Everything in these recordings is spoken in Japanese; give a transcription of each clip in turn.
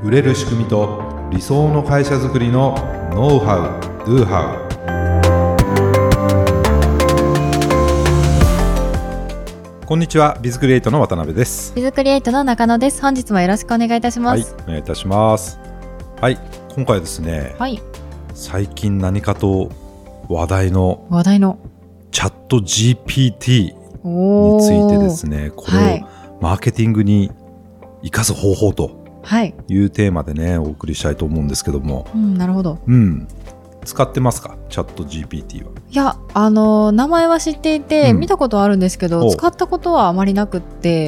売れる仕組みと理想の会社づくりのノウハウ・ドゥハウ。こんにちは、ビズクリエイトの渡辺です。 ビズクリエイトの中野です。本日もよろしくお願いいたします。 はい、お願いいたします。はい、今回はですね、 はい、 最近何かと話題のチャット GPT についてですね、これをマーケティングに生かす方法というテーマでね、お送りしたいと思うんですけども、 なるほど。 使ってますか、チャット GPT は。 いや、名前は知っていて、見たことはあるんですけど、使ったことはあまりなくって。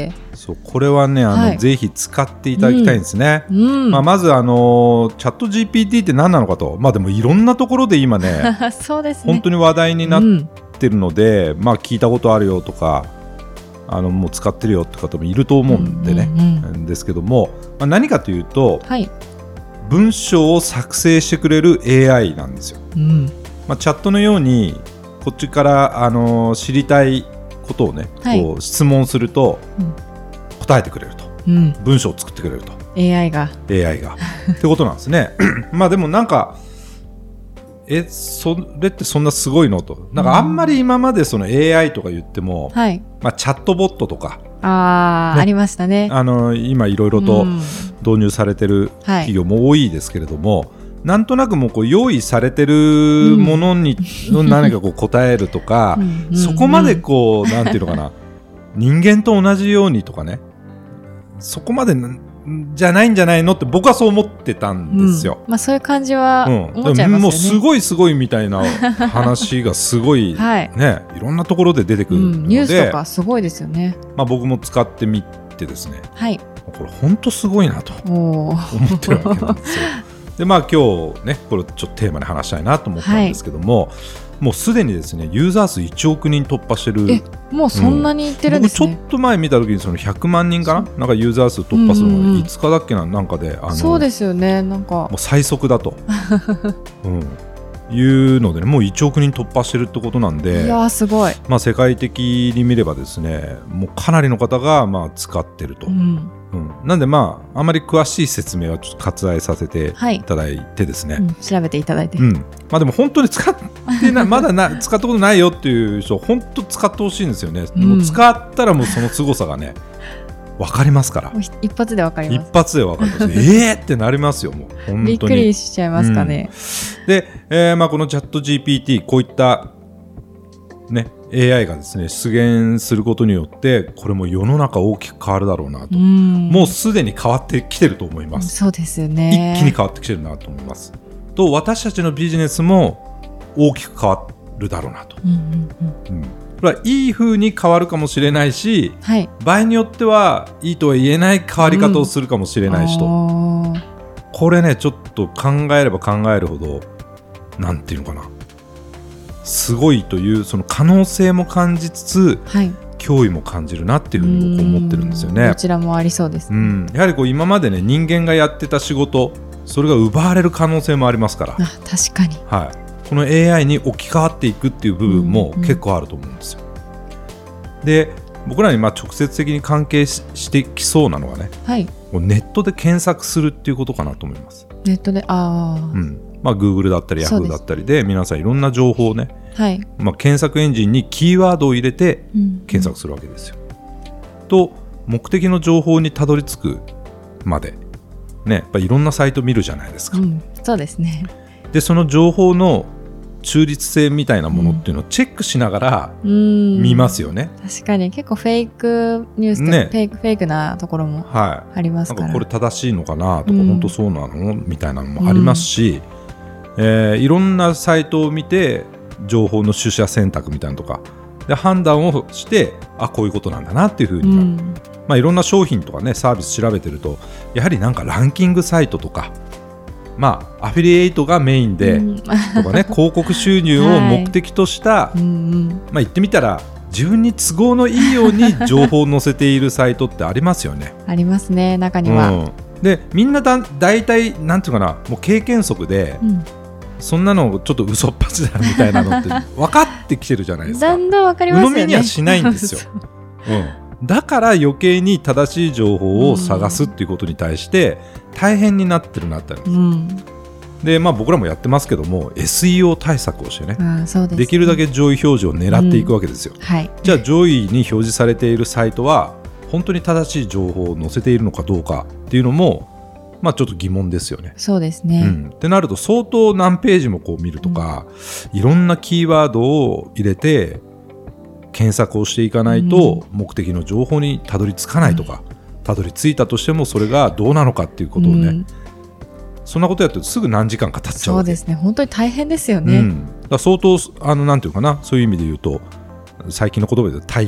そう、これはね、ぜひ使っていただきたいんですね。まずチャット GPT って何なのかと、でもいろんなところで今ねそうですね、 本当に話題になってるので、聞いたことあるよとか、もう使ってるよって方もいると思うんでね、ですけども、何かというと、文章を作成してくれる AI なんですよ。チャットのようにこっちから知りたいことをね、こう質問すると答えてくれると、文章を作ってくれると AI がってことなんですね。でもなんかそれってそんなすごいのと、なんかあんまり今までその AI とか言っても、チャットボットとかありましたね。 今いろいろと導入されてる企業も多いですけれども、なんとなくもうこう用意されてるものに何かこう答えるとかそこまでこうなんていうのかな人間と同じようにとかね、そこまでじゃないんじゃないのって僕はそう思ってたんですよ。 そういう感じは思っちゃいますよね。 もうすごいすごいみたいな話がすごい、ね、いろんんなところで出てくるので、 ニュースとかすごいですよね。 僕も使ってみてですね、これ本当すごいなと思ってるわけなんですよ。で今日ね、これちょっとテーマで話したいなと思ったんですけども、もうすでにですねユーザー数1億人突破してる。 もうそんなにいってるんですね。 僕ちょっと前見た時にその100万人かな、なんかユーザー数突破するのが5日だっけなんかで、 そうですよね、なんかもう最速だと、いうのでね、もう1億人突破してるってことなんで、 いやすごい。 世界的に見ればですね、もうかなりの方が使ってると。なんであまり詳しい説明はちょっと割愛させていただいてですね、 調べていただいて、 でも本当に使ってないまだ使ったことないよっていう人本当使ってほしいんですよね。もう使ったらもうその凄さがね分かりますから、 一発で分かります。 一発で分かりますってなりますよ。もう本当にびっくりしちゃいますかね。 で、このチャット GPT こういったねAI がですね出現することによってこれも世の中大きく変わるだろうなと、もうすでに変わってきてると思います。 そうですよね。 一気に変わってきてるなと思いますと、私たちのビジネスも大きく変わるだろうなと。これはいい風に変わるかもしれないし、場合によってはいいとは言えない変わり方をするかもしれないしと、これねちょっと考えれば考えるほどなんていうのかな、すごいというその可能性も感じつつ、脅威も感じるなっていうふうに僕思ってるんですよね。 どちらもありそうですね。 やはりこう今までね人間がやってた仕事、それが奪われる可能性もありますから。 確かに、 この AI に置き換わっていくっていう部分も結構あると思うんですよ。で僕らに直接的に関係してきそうなのがね、ネットで検索するっていうことかなと思います。 ネットで Google だったり Yahoo だったりで皆さんいろんな情報をね、検索エンジンにキーワードを入れて検索するわけですよ。と目的の情報にたどり着くまで、やっぱりいろんなサイト見るじゃないですか。 そうですね。 でその情報の中立性みたいなものっていうのをチェックしながら見ますよね。 確かに結構フェイクニュースとか、フェイクなところもありますから、 なんかこれ正しいのかなとか、本当そうなのみたいなのもありますし、いろんなサイトを見て情報の取捨選択みたいなのとかで判断をして、こういうことなんだなっていうふうにいろんな商品とかねサービス調べてると、やはりなんかランキングサイトとか、アフィリエイトがメインでとかね広告収入を目的とした、言ってみたら自分に都合のいいように情報を載せているサイトってありますよね。 ありますね、中には。 でみんなだいたいなんていうかな、もう経験則で、そんなのちょっと嘘っぱちだみたいなのって分かってきてるじゃないですか。 だんだん分かりますよね。 鵜呑みにはしないんですよ。 だから余計に正しい情報を探すっていうことに対して大変になってるなってあるんです、で僕らもやってますけども SEO 対策をしてね、 そうですね、 できるだけ上位表示を狙っていくわけですよ、じゃあ上位に表示されているサイトは本当に正しい情報を載せているのかどうかっていうのもちょっと疑問ですよね。 そうですね、 ってなると相当何ページもこう見るとか、いろんなキーワードを入れて検索をしていかないと目的の情報にたどり着かないとか、たどり着いたとしてもそれがどうなのかっていうことをね、そんなことやってるとすぐ何時間か経っちゃうわけ。 そうですね、本当に大変ですよね、 だから相当なんていうかな、そういう意味で言うと最近の言葉でタイ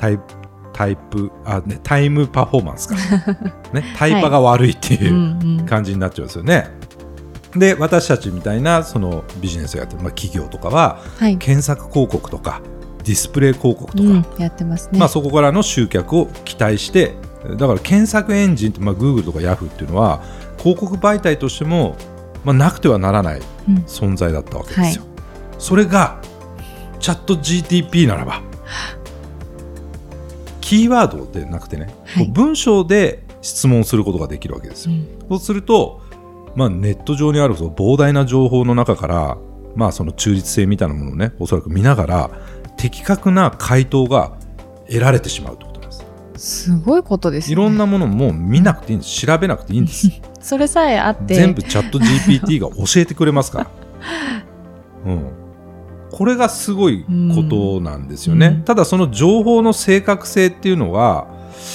ムパフォーマンスか、ね、タイパが悪いっていう感じになっちゃうんですよね。で私たちみたいなそのビジネスをやってる、企業とかは、検索広告とかディスプレイ広告とか、 やってますね。 そこからの集客を期待して、だから検索エンジンって、Google とか Yahoo っていうのは広告媒体としても、なくてはならない存在だったわけですよ、それがチャット GTP ならばキーワードでなくてね、文章で質問することができるわけですよ、そうすると、ネット上にあるその膨大な情報の中から、その中立性みたいなものをねおそらく見ながら的確な回答が得られてしまうということなんです。 すごいことですね。 いろんなものも見なくていいんです、調べなくていいんですそれさえあって全部チャット GPT が教えてくれますからこれがすごいことなんですよね、ただその情報の正確性っていうのは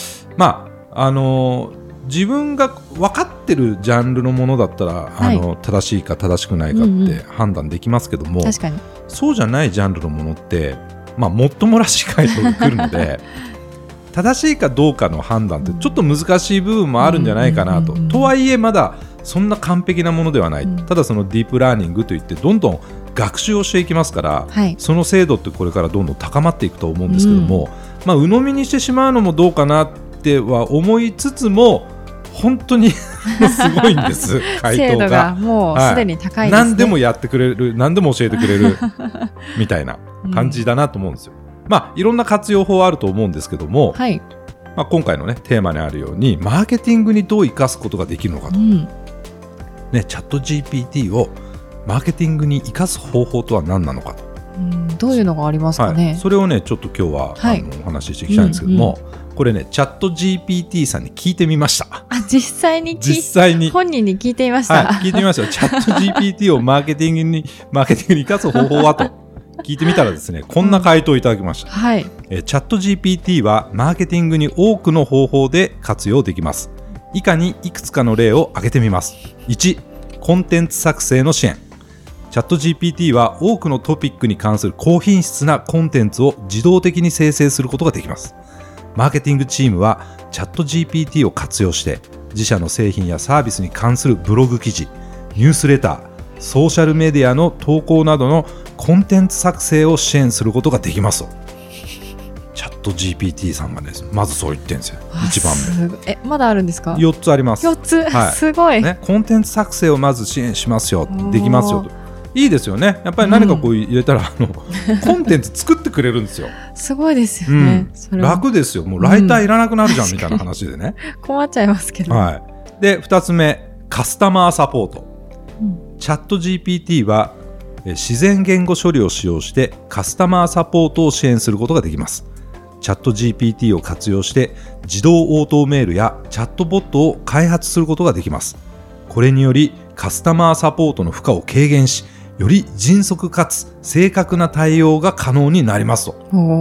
自分が分かってるジャンルのものだったら、正しいか正しくないかって判断できますけども、 確かにそうじゃないジャンルのものってもっともらしい回答が来るので正しいかどうかの判断ってちょっと難しい部分もあるんじゃないかなと、とはいえまだそんな完璧なものではない、ただそのディープラーニングといってどんどん学習をしていきますから、その精度ってこれからどんどん高まっていくと思うんですけども、鵜呑みにしてしまうのもどうかなっては思いつつも本当にすごいんです回答が。 精度がもうすでに高いですね、 何でもやってくれる、何でも教えてくれるみたいな感じだなと思うんですよ、いろんな活用法あると思うんですけども、今回の、ね、テーマにあるようにマーケティングにどう生かすことができるのかと、チャット GPT をマーケティングに生かす方法とは何なのかと、 どういうのがありますかね、 それをねちょっと今日は、お話ししていきたいんですけども、これねチャット GPT さんに聞いてみました。 実際に本人に聞いてみました、 聞いてみましたチャット GPT をマーケティングに生かす方法はと聞いてみたらですね、こんな回答をいただきました、チャット GPT はマーケティングに多くの方法で活用できます。以下にいくつかの例を挙げてみます。1、コンテンツ作成の支援。チャット GPT は多くのトピックに関する高品質なコンテンツを自動的に生成することができます。マーケティングチームはチャット GPT を活用して自社の製品やサービスに関するブログ記事、ニュースレター、ソーシャルメディアの投稿などのコンテンツ作成を支援することができますと。チャット GPT さんがですまずそう言ってるんですよ。1番目。 まだあるんですか ？4つあります。 4つ、すごい、 コンテンツ作成をまず支援しますよ、できますよと。いいですよね。やっぱり何かこう入れたら、コンテンツ作ってくれるんですよ。 すごいですよね、 楽ですよ。もうライターいらなくなるじゃん、みたいな話でね困っちゃいますけど、 で2つ目、カスタマーサポート、チャット GPT は自然言語処理を使用してカスタマーサポートを支援することができます。チャット GPT を活用して自動応答メールやチャットボットを開発することができます。これによりカスタマーサポートの負荷を軽減し、より迅速かつ正確な対応が可能になりますと。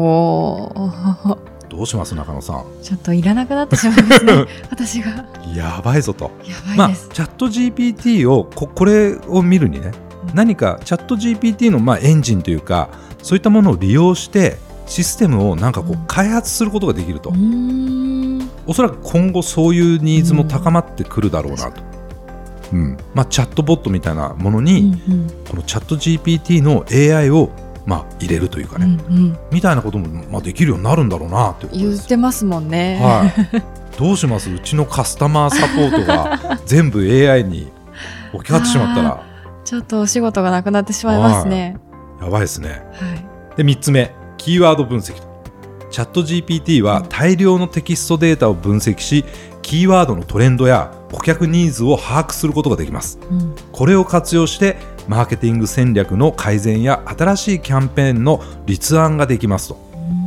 どうします中野さん。 ちょっといらなくなってしまいますね私がやばいぞと。 やばいです、 チャット GPT をこれを見るにね、何かチャット GPT のエンジンというかそういったものを利用してシステムをなんかこう開発することができると、おそらく今後そういうニーズも高まってくるだろうなと。チャットボットみたいなものに、このチャット GPT の AI を入れるというかね、みたいなこともできるようになるんだろうなってことです。 言ってますもんね、 どうします？うちのカスタマーサポートが全部 AI に置き換わってしまったらちょっとお仕事がなくなってしまいますね。 やばいですね、で3つ目、キーワード分析と。 チャット GPT は大量のテキストデータを分析し、キーワードのトレンドや顧客ニーズを把握することができます、これを活用してマーケティング戦略の改善や新しいキャンペーンの立案ができますと。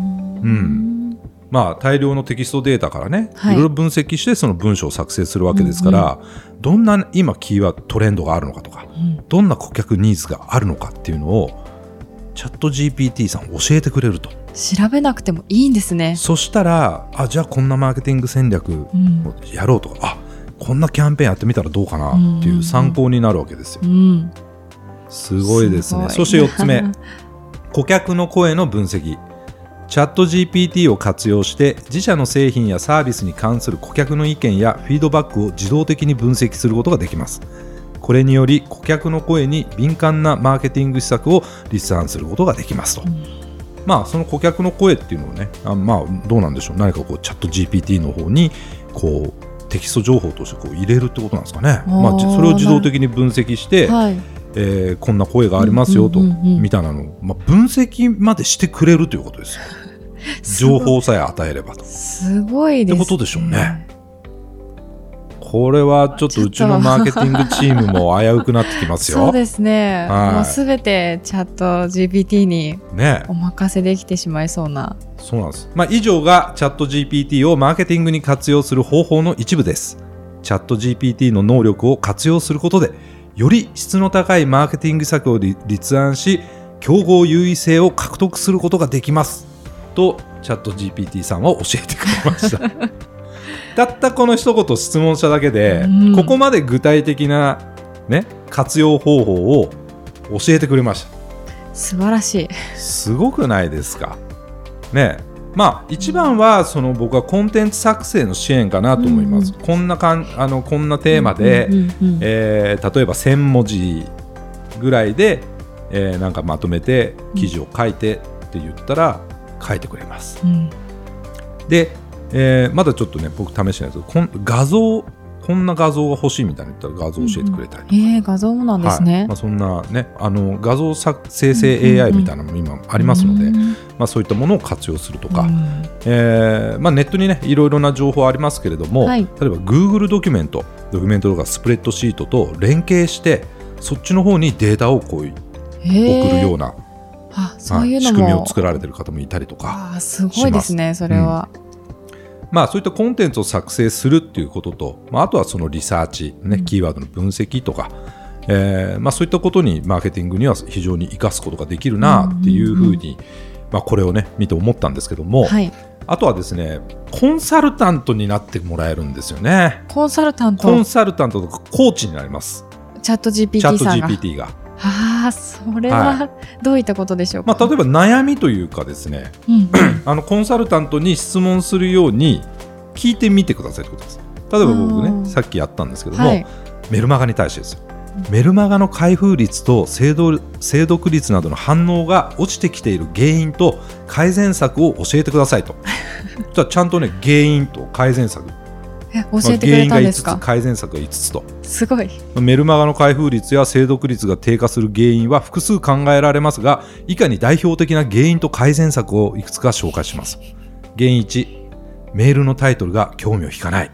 大量のテキストデータからね、いろいろ分析してその文章を作成するわけですから、どんな今キーワードトレンドがあるのかとか、どんな顧客ニーズがあるのかっていうのをチャット GPT さん教えてくれると。 調べなくてもいいんですね。 そしたらじゃあこんなマーケティング戦略をやろうとか、こんなキャンペーンやってみたらどうかなっていう参考になるわけですよ、すごいですね。そして4つ目顧客の声の分析。チャット GPT を活用して自社の製品やサービスに関する顧客の意見やフィードバックを自動的に分析することができます。これにより顧客の声に敏感なマーケティング施策を立案することができますと、その顧客の声っていうのをね、どうなんでしょう、何かチャット GPT の方にテキスト情報として入れるってことなんですかね。それを自動的に分析して、こんな声がありますよと、みたいなのを、分析までしてくれるということですよ。情報さえ与えればと。 すごいですね。 ってことでしょうね。これはちょっとうちのマーケティングチームも危うくなってきますよ。 そうですね、もうすべてチャット GPT にお任せできてしまいそうな、 そうなんです。以上がチャット GPT をマーケティングに活用する方法の一部です。チャット GPT の能力を活用することでより質の高いマーケティング策を立案し、競合優位性を獲得することができますとチャット GPT さんは教えてくれましたたったこの一言質問しただけで、ここまで具体的な、活用方法を教えてくれました。 素晴らしい。 すごくないですかね。一番は僕はコンテンツ作成の支援かなと思います、こんなテーマで、例えば1000文字ぐらいで、なんかまとめて記事を書いてって言ったら書いてくれます、で、まだちょっとね僕試してないですけど、こんな画像が欲しいみたいな言ったら画像を教えてくれたりとか、 画像なんですね、 そんなね画像生成 AI みたいなのも今ありますので、そういったものを活用するとか、ネットにねいろいろな情報ありますけれども、例えば Google ドキュメントとかスプレッドシートと連携してそっちの方にデータを送るようなそういうのも仕組みを作られている方もいたりとかすごいですね。それは、 そういったコンテンツを作成するっていうことと、あとはそのリサーチ、キーワードの分析とか、そういったことにマーケティングには非常に生かすことができるなっていうふうに、これをね見て思ったんですけども、あとはですねコンサルタントになってもらえるんですよね。 コンサルタントとかコーチになります。 チャット GPT さんが。それはどういったことでしょうか。 例えば悩みというかですね、コンサルタントに質問するように聞いてみてくださいということです。例えば僕ねさっきやったんですけども、メルマガに対してですよ。メルマガの開封率と精読率などの反応が落ちてきている原因と改善策を教えてくださいとじゃあちゃんとね原因と改善策教えてくれたんですか。 原因が5つ改善策が5つと。 すごい。 メルマガの開封率や精読率が低下する原因は複数考えられますが、以下に代表的な原因と改善策をいくつか紹介します。原因1、メールのタイトルが興味を引かない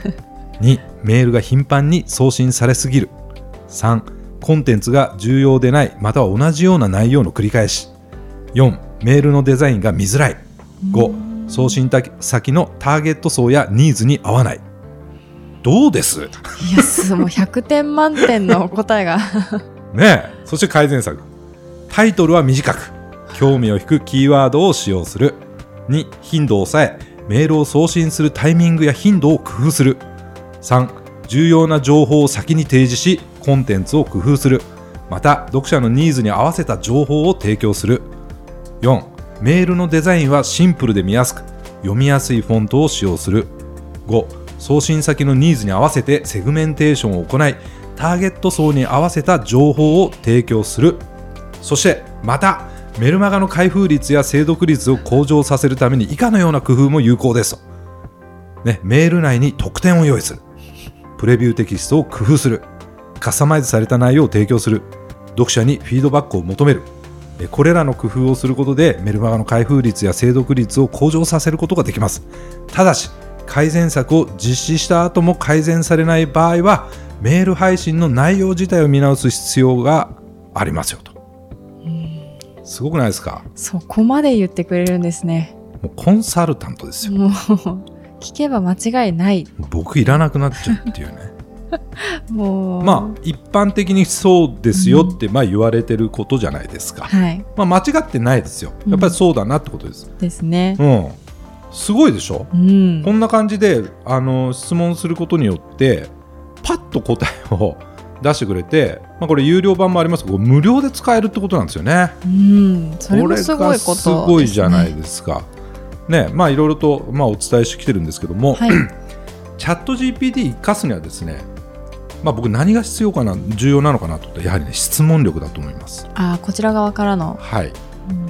2、メールが頻繁に送信されすぎる3、コンテンツが重要でないまたは同じような内容の繰り返し4、メールのデザインが見づらい5、送信先のターゲット層やニーズに合わない。どうです？ もう100点満点の答えがねえ。そして改善策。タイトルは短く興味を引くキーワードを使用する。2、頻度を抑えメールを送信するタイミングや頻度を工夫する。3、重要な情報を先に提示しコンテンツを工夫する。また読者のニーズに合わせた情報を提供する。4、メールのデザインはシンプルで見やすく読みやすいフォントを使用する。5、送信先のニーズに合わせてセグメンテーションを行いターゲット層に合わせた情報を提供する。そしてまたメルマガの開封率や精読率を向上させるために以下のような工夫も有効ですと、メール内に特典を用意する。プレビューテキストを工夫する。カスタマイズされた内容を提供する。読者にフィードバックを求める。 これらの工夫をすることでメルマガの開封率や精読率を向上させることができます。ただし改善策を実施した後も改善されない場合はメール配信の内容自体を見直す必要がありますよと。すごくないですか？ そこまで言ってくれるんですね。 もうコンサルタントですよ。 もう聞けば間違いない。 僕いらなくなっちゃうっていうねもうまあ一般的にそうですよってまあ言われてることじゃないですか、 はい、 まあ、間違ってないですよ。やっぱりそうだなってことです、 ですね、 すごいでしょ、こんな感じで質問することによってパッと答えを出してくれて、まあ、これ有料版もありますけど無料で使えるってことなんですよね。 それもすごいことですね。 これがすごいじゃないですかね。まあいろいろとまあお伝えしてきてるんですけども、はい、チャット GPT 生かすにはですね、まあ、僕何が必要かな重要なのかなと思ったらやはりね質問力だと思います。 こちら側からの、 はい、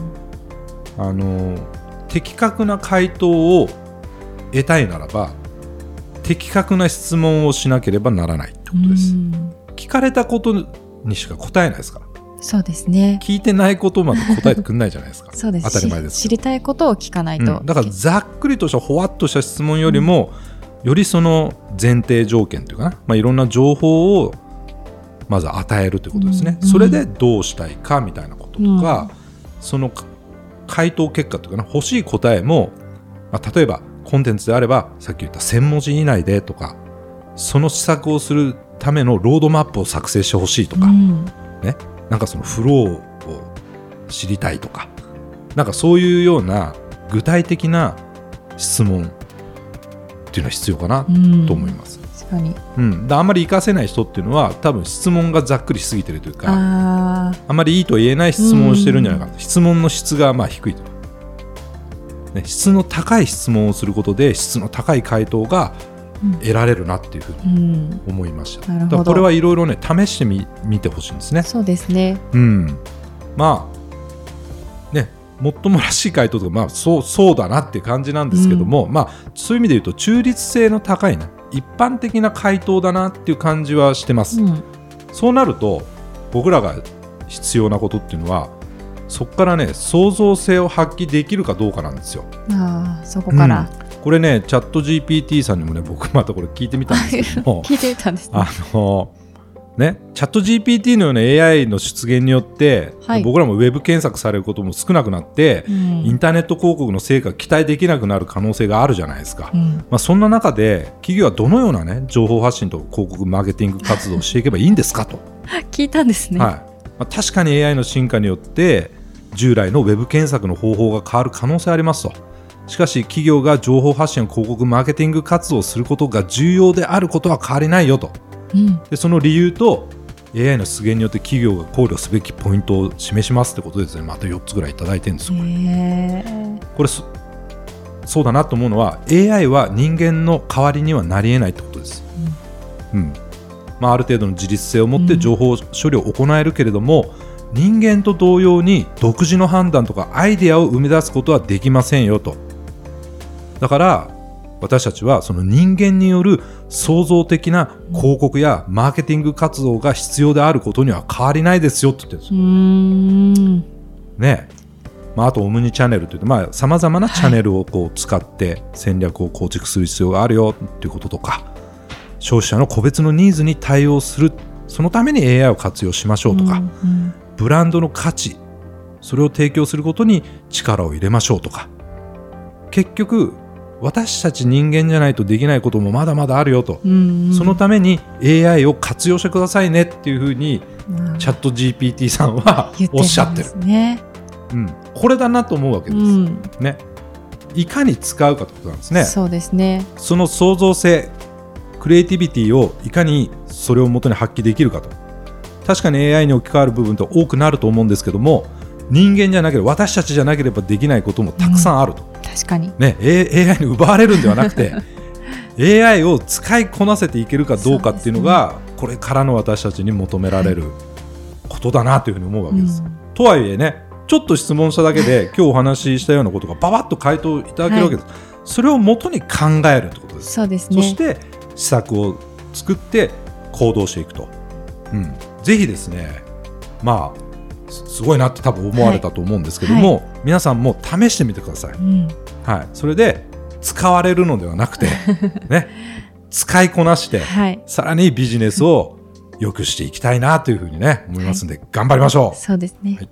的確な回答を得たいならば的確な質問をしなければならないってことです。聞かれたことにしか答えないですから。 そうですね。 聞いてないことまで答えてくんないじゃないですかそうです。 当たり前です。 知りたいことを聞かないと、 だからざっくりとしたほわっとした質問よりも、よりその前提条件というかな、まあ、いろんな情報をまず与えるということですね、それでどうしたいかみたいなこととか、その回答結果というかな欲しい答えも、まあ、例えばコンテンツであればさっき言った1000文字以内でとかその施策をするためのロードマップを作成してほしいとか、ね、なんかそのフローを知りたいとかなんかそういうような具体的な質問っていうのは必要かなと思います。 確かに、 あんまり活かせない人っていうのは多分質問がざっくりしすぎてるというかあんまりいいと言えない質問をしてるんじゃないかな、質問の質がまあ低いと、ね、質の高い質問をすることで質の高い回答が得られるなっていうふうに思いました、だからこれはいろいろね試してみてほしいんですね。 そうですね、 まあねもっともらしい回答とか、まあ、そうだなっていう感じなんですけども、まあ、そういう意味で言うと中立性の高い、ね、一般的な回答だなっていう感じはしてます、そうなると僕らが必要なことっていうのはそこからね創造性を発揮できるかどうかなんですよ。 そこから、 これねチャット GPT さんにもね僕またこれ聞いてみたんですけども聞いてみたんですね、チャット GPT のような AI の出現によって、僕らもウェブ検索されることも少なくなって、インターネット広告の成果が期待できなくなる可能性があるじゃないですか、まあ、そんな中で企業はどのような、ね、情報発信と広告マーケティング活動をしていけばいいんですかと聞いたんですね、 まあ、確かに AI の進化によって従来のウェブ検索の方法が変わる可能性ありますと。しかし企業が情報発信広告マーケティング活動をすることが重要であることは変わりないよと、でその理由と AI の出現によって企業が考慮すべきポイントを示しますってことですね。また4つぐらいいただいてるんですよ。これそうだなと思うのは AI は人間の代わりにはなり得ないってことです、まあ、ある程度の自律性を持って情報処理を行えるけれども、人間と同様に独自の判断とかアイデアを生み出すことはできませんよと。だから私たちはその人間による創造的な広告やマーケティング活動が必要であることには変わりないですよって言ってるんですよ。ね、まあ、あとオムニチャンネルというとさまざまなチャンネルをこう使って戦略を構築する必要があるよということとか、消費者の個別のニーズに対応する、そのために AI を活用しましょうとか、ブランドの価値、それを提供することに力を入れましょうとか、結局私たち人間じゃないとできないこともまだまだあるよと、そのために AI を活用してくださいねっていうふうにチャット GPT さんはおっしゃってる。これだなと思うわけです、ね、いかに使うかということなんですね。 そうですね。 その創造性、クリエイティビティをいかにそれをもとに発揮できるかと。確かに AI に置き換わる部分って多くなると思うんですけども、人間じゃなければ私たちじゃなければできないこともたくさんあると、 確かに、 ね、AI に奪われるんではなくてAI を使いこなせていけるかどうかっていうのがこれからの私たちに求められることだなというふうに思うわけです、とはいえね、ちょっと質問しただけで今日お話ししたようなことがババッと回答いただけるわけです、それを元に考えるということです。 そうですね。 そして施策を作って行動していくと、ぜひですね、まあすごいなって多分思われたと思うんですけども、皆さんも試してみてください、それで使われるのではなくて、ね、使いこなして、さらにビジネスを良くしていきたいなというふうにね思いますので、頑張りましょう。 そうですね、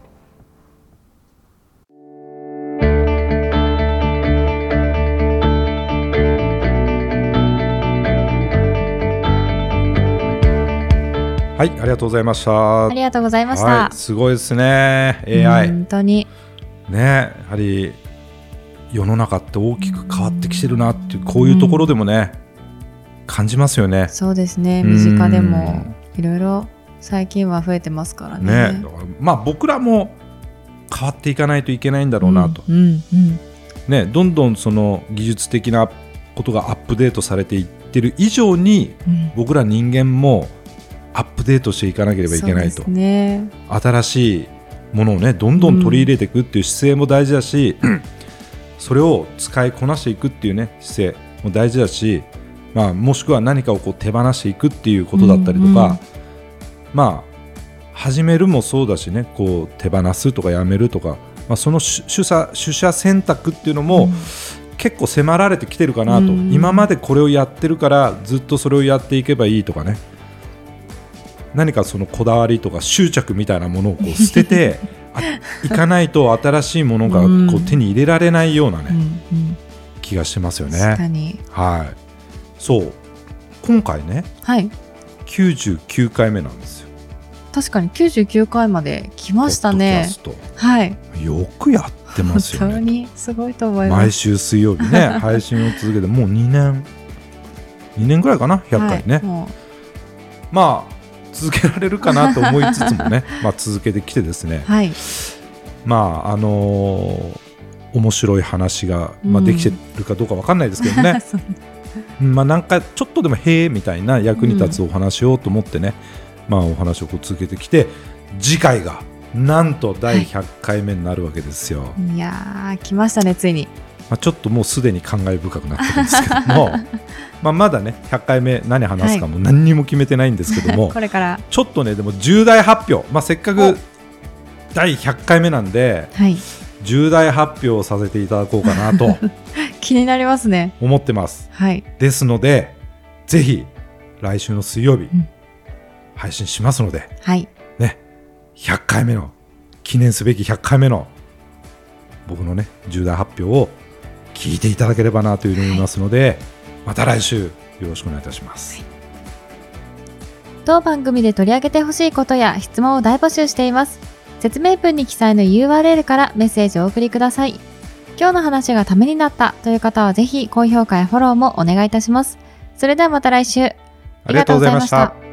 はい、ありがとうございました。 ありがとうございました。 すごいですね、AI。 本当に。 ね、やはり世の中って大きく変わってきてるなっていう、こういうところでもね、感じますよね。 そうですね、身近でもいろいろ最近は増えてますからね。 僕らも変わっていかないといけないんだろうなと。ね、どんどんその技術的なことがアップデートされていってる以上に、僕ら人間もアップデートしていかなければいけないと、新しいものをねどんどん取り入れていくっていう姿勢も大事だし、それを使いこなしていくっていうね姿勢も大事だし、もしくは何かをこう手放していくっていうことだったりとか、始めるもそうだしね、こう手放すとかやめるとか、その取捨選択っていうのも、結構迫られてきてるかなと、今までこれをやってるからずっとそれをやっていけばいいとかね、何かそのこだわりとか執着みたいなものをこう捨てていかないと新しいものがこう手に入れられないようなね、気がしてますよね。 確かに、 そう今回ね、99回目なんですよ。 確かに99回まで来ましたね。 よくやってますよね。 本当にすごいと思います。 毎週水曜日ね配信を続けてもう2年ぐらいかな、100回ね、続けられるかなと思いつつもね続けてきてですね、面白い話が、できてるかどうか分かんないですけどねなんかちょっとでもへーみたいな役に立つお話をと思ってね、お話をこう続けてきて、次回がなんと第100回目になるわけですよ。 いやー来ましたね、ついに。 ちょっともうすでに感慨深くなってるんですけどもまだね100回目何話すかも何にも決めてないんですけどもこれからちょっとねでも重大発表、せっかく第100回目なんで、重大発表をさせていただこうかなと気になりますね、 思ってます、ですのでぜひ来週の水曜日、配信しますので、ね、100回目の記念すべき100回目の僕のね重大発表を聞いていただければなというふうに思いますので、また来週よろしくお願いいたします。 当番組で取り上げてほしいことや質問を大募集しています。説明文に記載の URL からメッセージをお送りください。今日の話がためになったという方はぜひ高評価やフォローもお願いいたします。それではまた来週。ありがとうございました。